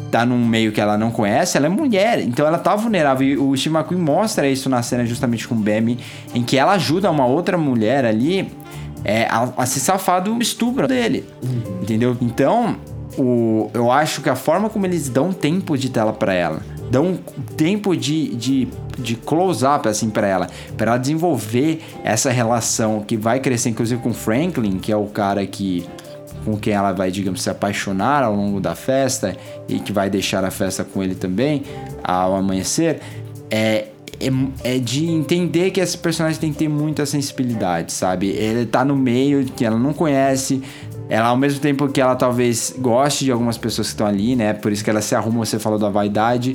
tá num meio que ela não conhece, ela é mulher, então ela tá vulnerável. E o Steve McQueen mostra isso na cena justamente com o Bambi, em que ela ajuda uma outra mulher ali a se safar do estupro dele, entendeu? Então, eu acho que a forma como eles dão tempo de tela pra ela, dão tempo de close-up, assim, pra ela desenvolver essa relação que vai crescer, inclusive com o Franklin, que é o cara com quem ela vai, digamos, se apaixonar ao longo da festa e que vai deixar a festa com ele também ao amanhecer, é de entender que esse personagem tem que ter muita sensibilidade, sabe? Ele tá no meio que ela não conhece, ela, ao mesmo tempo que ela talvez goste de algumas pessoas que estão ali, né? Por isso que ela se arruma, você falou da vaidade.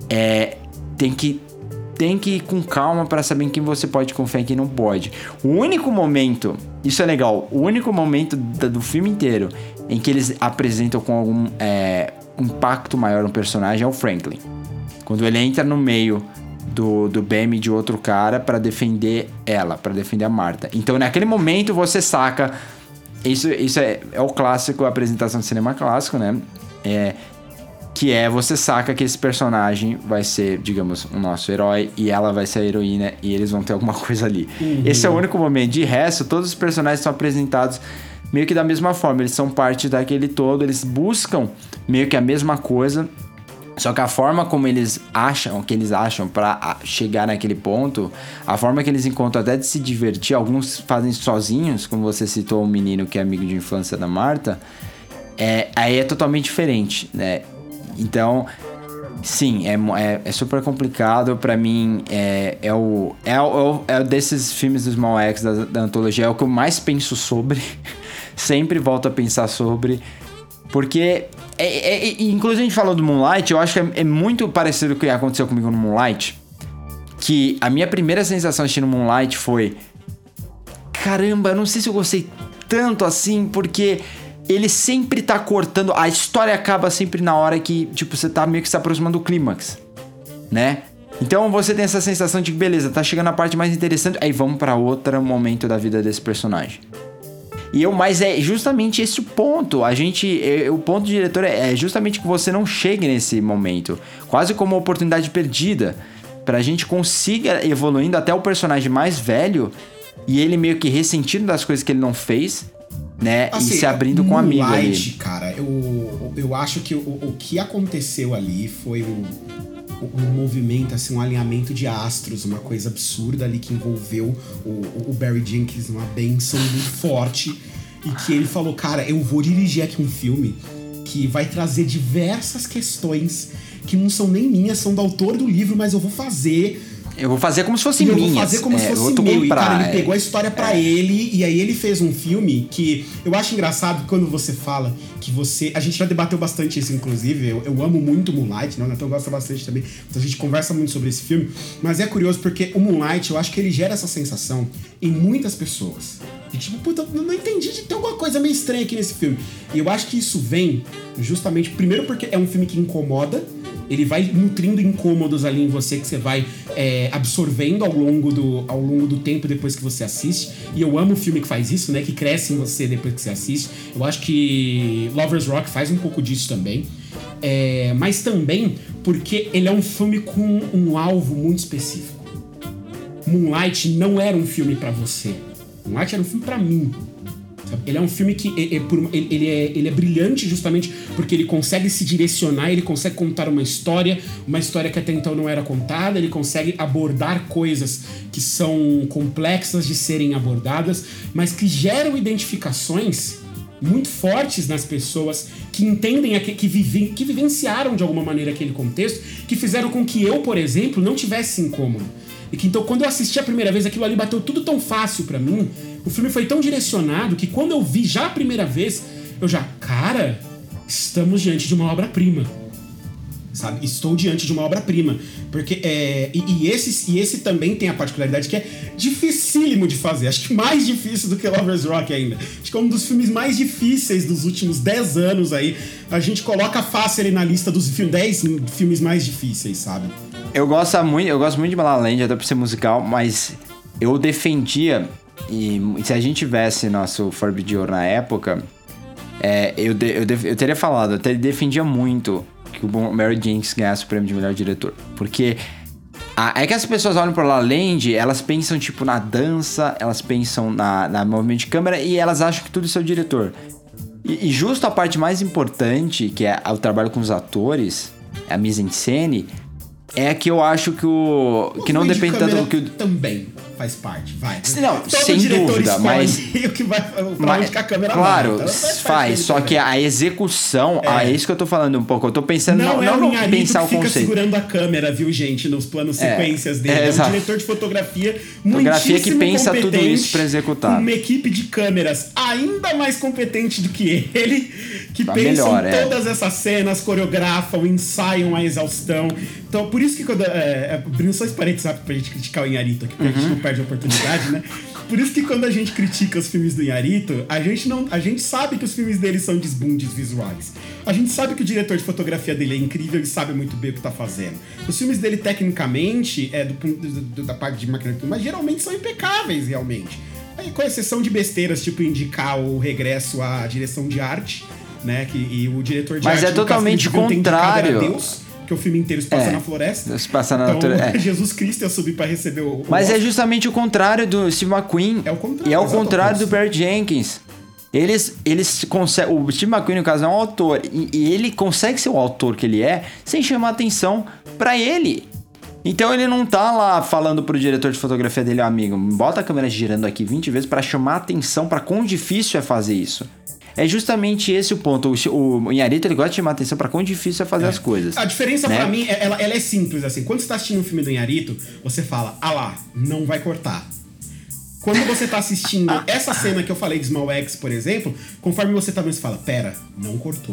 Tem que ir com calma pra saber em quem você pode confiar e quem não pode. O único momento, isso é legal, o único momento do filme inteiro em que eles apresentam com algum impacto maior no personagem é o Franklin. Quando ele entra no meio do Bam e de outro cara pra defender ela, pra defender a Martha. Então naquele momento você saca. Isso é o clássico, a apresentação de cinema clássico, né? Que você saca que esse personagem vai ser, digamos, o nosso herói e ela vai ser a heroína e eles vão ter alguma coisa ali. Esse é o único momento. De resto, todos os personagens são apresentados meio que da mesma forma. Eles são parte daquele todo, eles buscam meio que a mesma coisa. Só que a forma como eles acham pra chegar naquele ponto, a forma que eles encontram até de se divertir, alguns fazem sozinhos, como você citou o menino que é amigo de infância da Martha, aí é totalmente diferente, né? Então, sim, é super complicado. Pra mim, é desses filmes dos Small Axe, da antologia, é o que eu mais penso sobre. Sempre volto a pensar sobre. Porque, inclusive a gente falou do Moonlight, eu acho que é muito parecido com o que aconteceu comigo no Moonlight. Que a minha primeira sensação assistindo Moonlight foi: caramba, eu não sei se eu gostei tanto assim, porque ele sempre tá cortando, a história acaba sempre na hora que, tipo, você tá meio que se aproximando do clímax, né? Então você tem essa sensação de que, beleza, tá chegando a parte mais interessante, aí vamos pra outro momento da vida desse personagem. Mas é justamente esse o ponto. O ponto do diretor é justamente que você não chegue nesse momento, quase como uma oportunidade perdida, pra gente consiga evoluindo até o personagem mais velho e ele meio que ressentindo das coisas que ele não fez, né? Assim, e se abrindo com um amigo ali. Cara, eu acho que o que aconteceu ali foi um movimento, assim, um alinhamento de astros, uma coisa absurda ali que envolveu o Barry Jenkins numa benção muito forte, e que ele falou: cara, eu vou dirigir aqui um filme que vai trazer diversas questões que não são nem minhas, são do autor do livro, mas eu vou fazer como se fosse minhas. Eu vou fazer como se fosse meu. E, cara, ele pegou a história pra ele, e aí ele fez um filme que eu acho engraçado quando você fala que você... A gente já debateu bastante isso, inclusive. Eu amo muito Moonlight, né? O Nathan gosta bastante também. Então a gente conversa muito sobre esse filme. Mas é curioso porque o Moonlight, eu acho que ele gera essa sensação em muitas pessoas. De tipo, puta, eu não entendi, de ter alguma coisa meio estranha aqui nesse filme. E eu acho que isso vem justamente, primeiro porque é um filme que incomoda. Ele vai nutrindo incômodos ali em você que você vai absorvendo ao longo do tempo depois que você assiste. E eu amo o filme que faz isso, né? Que cresce em você depois que você assiste. Eu acho que Lovers Rock faz um pouco disso também. Mas também porque ele é um filme com um alvo muito específico. Moonlight não era um filme pra você. Moonlight era um filme pra mim. Ele é um filme que ele é brilhante justamente porque ele consegue se direcionar, ele consegue contar uma história que até então não era contada, ele consegue abordar coisas que são complexas de serem abordadas, mas que geram identificações muito fortes nas pessoas que entendem, que vivenciaram de alguma maneira aquele contexto, que fizeram com que eu, por exemplo, não tivesse incômodo. E que então, quando eu assisti a primeira vez, aquilo ali bateu tudo tão fácil pra mim. O filme foi tão direcionado que quando eu vi já a primeira vez, cara, estamos diante de uma obra-prima. Sabe? Estou diante de uma obra-prima. Porque, esse também tem a particularidade que é dificílimo de fazer. Acho que mais difícil do que Lovers Rock ainda. Acho que é um dos filmes mais difíceis dos últimos 10 anos aí. A gente coloca fácil ali na lista dos 10 filmes mais difíceis, sabe? Eu gosto muito de La La Land, até por ser musical, mas eu defendia, e se a gente tivesse nosso Forbidden na época, eu teria falado, eu defendia muito que o Barry Jenkins ganhasse o prêmio de melhor diretor. Porque é que as pessoas olham pra La La Land, elas pensam, tipo, na dança, elas pensam na movimento de câmera e elas acham que tudo isso é o diretor. E justo a parte mais importante, que é o trabalho com os atores, a mise-en-scène, é que eu acho que não depende tanto do que também faz parte, vai. Não, sem dúvida, mas o que vai pra onde que a câmera claro, vai. Então, faz, só que a execução, é isso que eu tô falando um pouco. Eu tô pensando não pensar o fica conceito. Segurando a câmera, viu, gente, nos planos sequências dele. É um diretor de fotografia que pensa tudo isso pra executar. Com uma equipe de câmeras ainda mais competente do que ele, que pensam todas essas cenas, coreografam, ensaiam a exaustão. Então, por isso que quando... abrindo só esse parênteses rápido pra gente criticar o Inharito aqui, porque a gente não perde a oportunidade, né? Por isso que quando a gente critica os filmes do Inharito, a gente sabe que os filmes dele são desbundes visuais. A gente sabe que o diretor de fotografia dele é incrível e sabe muito bem o que tá fazendo. Os filmes dele, tecnicamente, da parte de máquina, mas geralmente são impecáveis, realmente. Com exceção de besteiras, tipo indicar o regresso à direção de arte, né? E o diretor de arte... Mas é totalmente contrário. Que o filme inteiro se passa na floresta. Se passa na natureza. Jesus Cristo ia subir pra receber o Mas Oscar. é justamente o contrário do Steve McQueen. É o contrário. E é o contrário do Barry Jenkins. Eles conseguem... O Steve McQueen, no caso, é um autor. E ele consegue ser o autor que ele é sem chamar atenção pra ele. Então ele não tá lá falando pro diretor de fotografia dele, amigo, bota a câmera girando aqui 20 vezes pra chamar atenção pra quão difícil é fazer isso. É justamente esse o ponto. O Inharito, ele gosta de chamar atenção pra quão difícil é fazer as coisas. A diferença, né? Pra mim, ela é simples, assim. Quando você tá assistindo um filme do Inharito, você fala, lá, não vai cortar. Quando você tá assistindo essa cena que eu falei de Small Axe, por exemplo, conforme você tá vendo, você fala, pera, não cortou.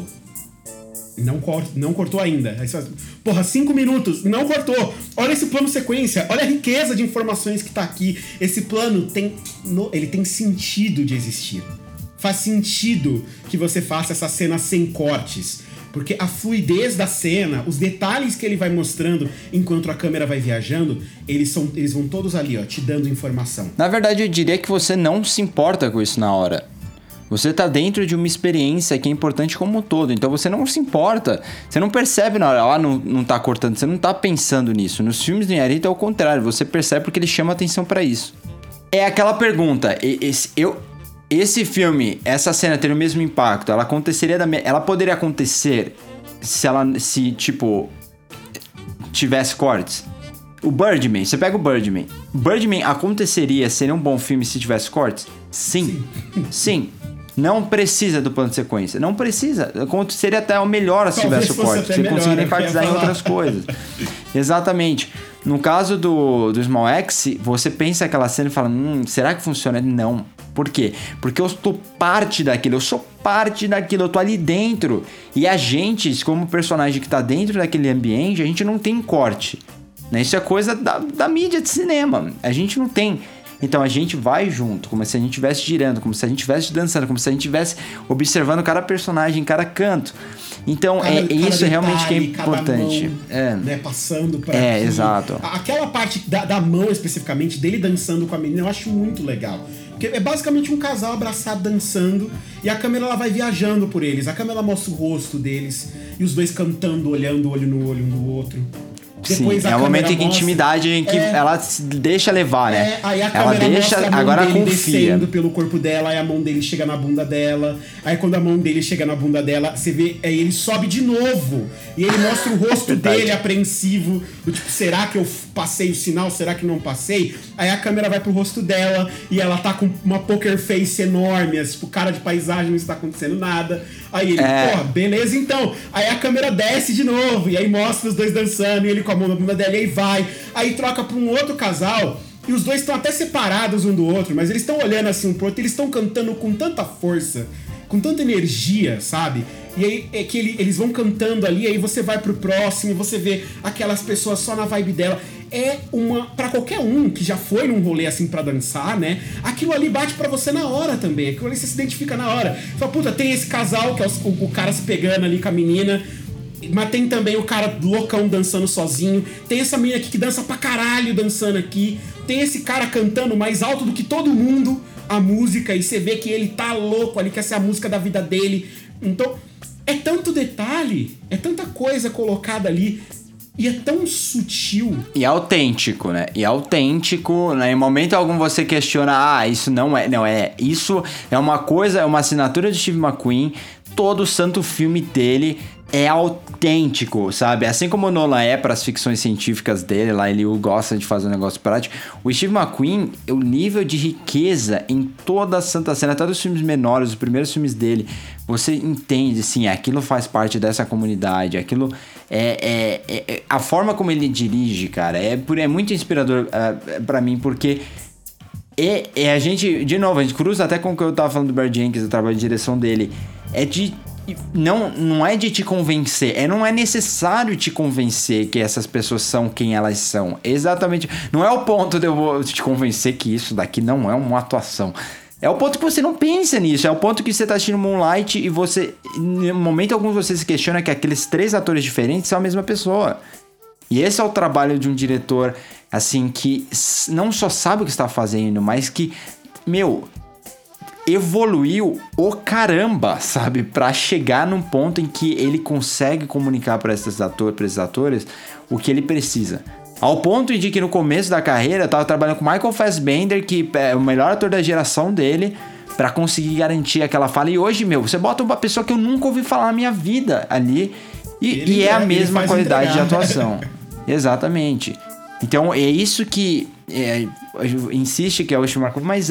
Não cortou ainda. Aí você fala, porra, 5 minutos, não cortou. Olha esse plano sequência, olha a riqueza de informações que tá aqui. Esse plano ele tem sentido de existir. Faz sentido que você faça essa cena sem cortes. Porque a fluidez da cena, os detalhes que ele vai mostrando enquanto a câmera vai viajando, eles vão todos ali, ó, te dando informação. Na verdade, eu diria que você não se importa com isso na hora. Você tá dentro de uma experiência que é importante como um todo. Então você não se importa. Você não percebe na hora, não tá cortando. Você não tá pensando nisso. Nos filmes do Inharito é o contrário. Você percebe porque ele chama atenção pra isso. É aquela pergunta. Esse filme, essa cena ter o mesmo impacto, ela poderia acontecer se tipo, tivesse cortes. O Birdman, você pega o Birdman. Birdman aconteceria, seria um bom filme se tivesse cortes? Sim. Não precisa do plano de sequência. Não precisa. Seria até o melhor se tivesse o corte. Você conseguiria enfatizar em outras coisas. Exatamente. No caso do Small Axe, você pensa aquela cena e fala, será que funciona? Não. Por quê? Porque eu tô parte daquilo, eu tô ali dentro. E a gente, como personagem que tá dentro daquele ambiente, a gente não tem corte. Né? Isso é coisa da mídia de cinema. A gente não tem. Então a gente vai junto, como se a gente estivesse girando, como se a gente estivesse dançando, como se a gente estivesse observando cada personagem, cada canto. Então isso é realmente que é importante. Mão, né, passando pra aqui. Exato. Aquela parte da mão especificamente, dele dançando com a menina, eu acho muito legal. Porque é basicamente um casal abraçado dançando e a câmera ela vai viajando por eles. A câmera mostra o rosto deles e os dois cantando, olhando olho no olho um do outro. Depois sim, é um momento em que intimidade em que ela se deixa levar, né? Aí a câmera ela deixa, mostra a mão agora dele confia. Descendo pelo corpo dela, aí a mão dele chega na bunda dela. Aí quando a mão dele chega na bunda dela, você vê, aí ele sobe de novo. E ele mostra o rosto dele apreensivo, do tipo, será que eu passei o sinal? Será que não passei? Aí a câmera vai pro rosto dela e ela tá com uma poker face enorme, tipo, cara de paisagem, não está acontecendo nada. Aí ele, porra, beleza então. Aí a câmera desce de novo e aí mostra os dois dançando e ele com a mão na bunda dela e aí vai. Aí troca pra um outro casal e os dois estão até separados um do outro, mas eles estão olhando assim um pro outro, eles estão cantando com tanta força, com tanta energia, sabe? E aí é que eles vão cantando ali, aí você vai pro próximo, você vê aquelas pessoas só na vibe dela. É pra qualquer um que já foi num rolê assim pra dançar, né? Aquilo ali bate pra você na hora também. Aquilo ali você se identifica na hora. Você fala, puta, tem esse casal que é o cara se pegando ali com a menina. Mas tem também o cara loucão dançando sozinho. Tem essa menina aqui que dança pra caralho dançando aqui. Tem esse cara cantando mais alto do que todo mundo a música. E você vê que ele tá louco ali, que essa é a música da vida dele. Então, é tanto detalhe, é tanta coisa colocada ali. E é tão sutil. E autêntico, né? Em momento algum você questiona, isso não é. Não, isso é uma coisa, é uma assinatura de Steve McQueen. Todo o santo filme dele é autêntico, sabe? Assim como o Nolan é para as ficções científicas dele, lá ele gosta de fazer um negócio prático. O Steve McQueen, o nível de riqueza em toda a santa cena, até dos filmes menores, os primeiros filmes dele, você entende, sim, aquilo faz parte dessa comunidade, aquilo a forma como ele dirige, cara, é muito inspirador pra mim, porque a gente, de novo, a gente cruza até com o que eu tava falando do Barry Jenkins, o trabalho de direção dele, não é de te convencer, não é necessário te convencer que essas pessoas são quem elas são, exatamente, não é o ponto de eu vou te convencer que isso daqui não é uma atuação. É o ponto que você não pensa nisso. É o ponto que você tá assistindo Moonlight e você, em momento algum, você se questiona que aqueles 3 atores diferentes são a mesma pessoa. E esse é o trabalho de um diretor, assim, que não só sabe o que está fazendo, mas que, evoluiu o caramba, sabe? Pra chegar num ponto em que ele consegue comunicar para esses atores o que ele precisa. Ao ponto de que no começo da carreira eu tava trabalhando com Michael Fassbender, que é o melhor ator da geração dele, pra conseguir garantir aquela fala. E hoje, você bota uma pessoa que eu nunca ouvi falar na minha vida ali e é a mesma qualidade de atuação. Exatamente. Então é isso que insiste que é o Steve McQueen, mas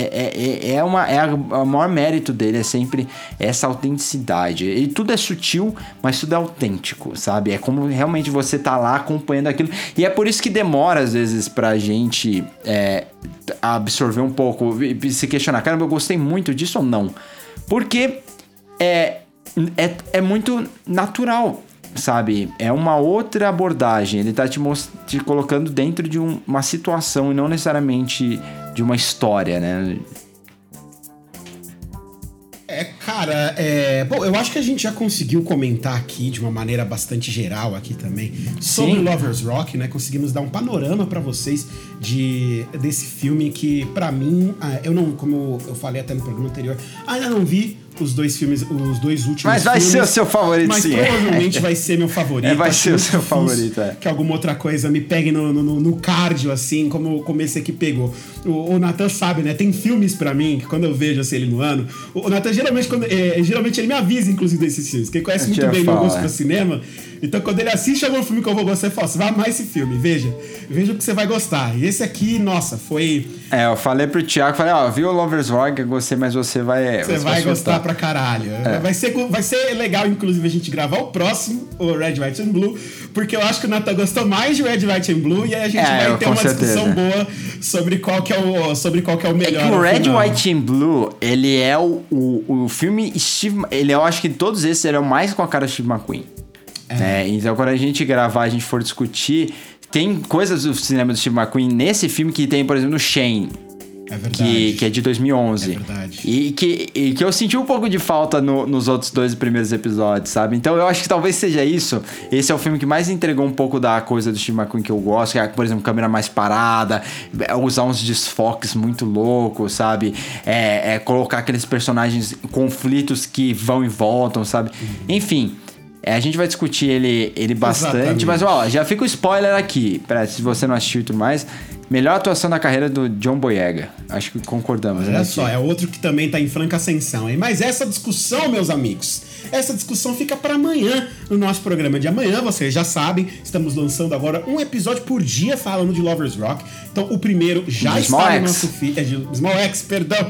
o maior mérito dele é sempre essa autenticidade. E tudo é sutil, mas tudo é autêntico, sabe? É como realmente você tá lá acompanhando aquilo. E é por isso que demora, às vezes, pra gente absorver um pouco e se questionar, caramba, eu gostei muito disso ou não? Porque é muito natural, sabe? É uma outra abordagem. Ele tá te colocando dentro de uma situação e não necessariamente de uma história, né? Cara, bom, eu acho que a gente já conseguiu comentar aqui de uma maneira bastante geral aqui também sobre Lovers Rock, né? Conseguimos dar um panorama pra vocês desse filme que, pra mim, como eu falei até no programa anterior, ainda não vi os 2 filmes, os 2 últimos mas vai filmes, ser o seu favorito, mas sim. Provavelmente vai ser meu favorito. Vai ser o seu favorito, Que alguma outra coisa me pegue no cardio, assim, como esse aqui pegou. O Nathan sabe, né? Tem filmes pra mim que quando eu vejo assim, ele no ano, o Nathan geralmente ele me avisa, inclusive, desses filmes, porque ele conhece muito bem meu gosto pro cinema. Então, quando ele assiste algum filme que eu vou gostar, ele fala, você vai amar esse filme, veja o que você vai gostar. E esse aqui, nossa, foi... eu falei pro Thiago, viu o Lovers Rock, eu gostei, mas você vai... Você vai gostar pra caralho. Vai ser legal, inclusive, a gente gravar o próximo, o Red, White and Blue, porque eu acho que o Nathan gostou mais de Red, White and Blue, e aí a gente vai ter uma discussão boa sobre qual que é o melhor. É que o Red, White and Blue, ele é o filme Steve... eu acho que todos esses, ele é o mais com a cara de Steve McQueen. Então, quando a gente gravar, a gente for discutir, tem coisas do cinema do Steve McQueen nesse filme que tem, por exemplo, no Shane. É verdade. Que é de 2011. É verdade. E que eu senti um pouco de falta nos outros 2 primeiros episódios, sabe? Então eu acho que talvez seja isso. Esse é o filme que mais entregou um pouco da coisa do Steve McQueen que eu gosto, que é, por exemplo, câmera mais parada, usar uns desfoques muito loucos, sabe? Colocar aqueles personagens, conflitos que vão e voltam, sabe? Enfim... a gente vai discutir ele bastante, mas já fica o spoiler aqui, se você não assistiu e tudo mais. Melhor atuação da carreira do John Boyega. Acho que concordamos, Olha só, é outro que também tá em franca ascensão, hein? Mas essa discussão, meus amigos, essa discussão fica para amanhã, no nosso programa de amanhã. Vocês já sabem, estamos lançando agora um episódio por dia falando de Lovers Rock. Então, o primeiro já está no nosso feed. De Small X, perdão.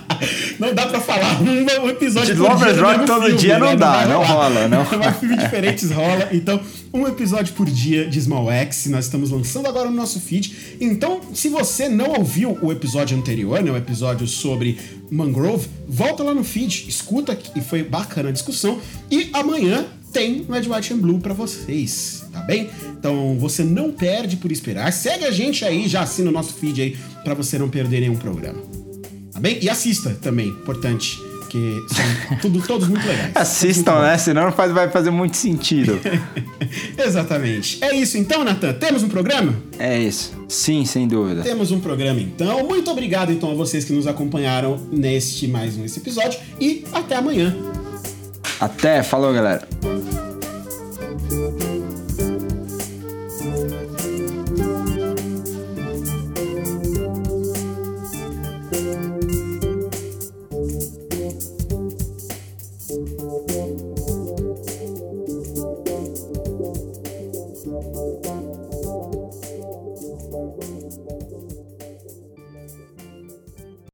Não dá pra falar um episódio de por Lovers dia Rock todo filme, dia, né? não rola. Mas filmes diferentes rola. Então, um episódio por dia de Small X. Nós estamos lançando agora no nosso feed. Então, se você não ouviu o episódio anterior, né, o episódio sobre Mangrove, volta lá no feed, escuta, que foi bacana a discussão. E amanhã tem Red, White and Blue pra vocês, tá bem? Então, você não perde por esperar. Segue a gente aí, já assina o nosso feed aí pra você não perder nenhum programa. Tá bem? E assista também, importante, que são todos muito legais. Assistam, né? Senão vai fazer muito sentido. Exatamente. É isso então, Nathan. Temos um programa? É isso. Sim, sem dúvida. Temos um programa então. Muito obrigado então a vocês que nos acompanharam nesse episódio e até amanhã. Até, falou, galera.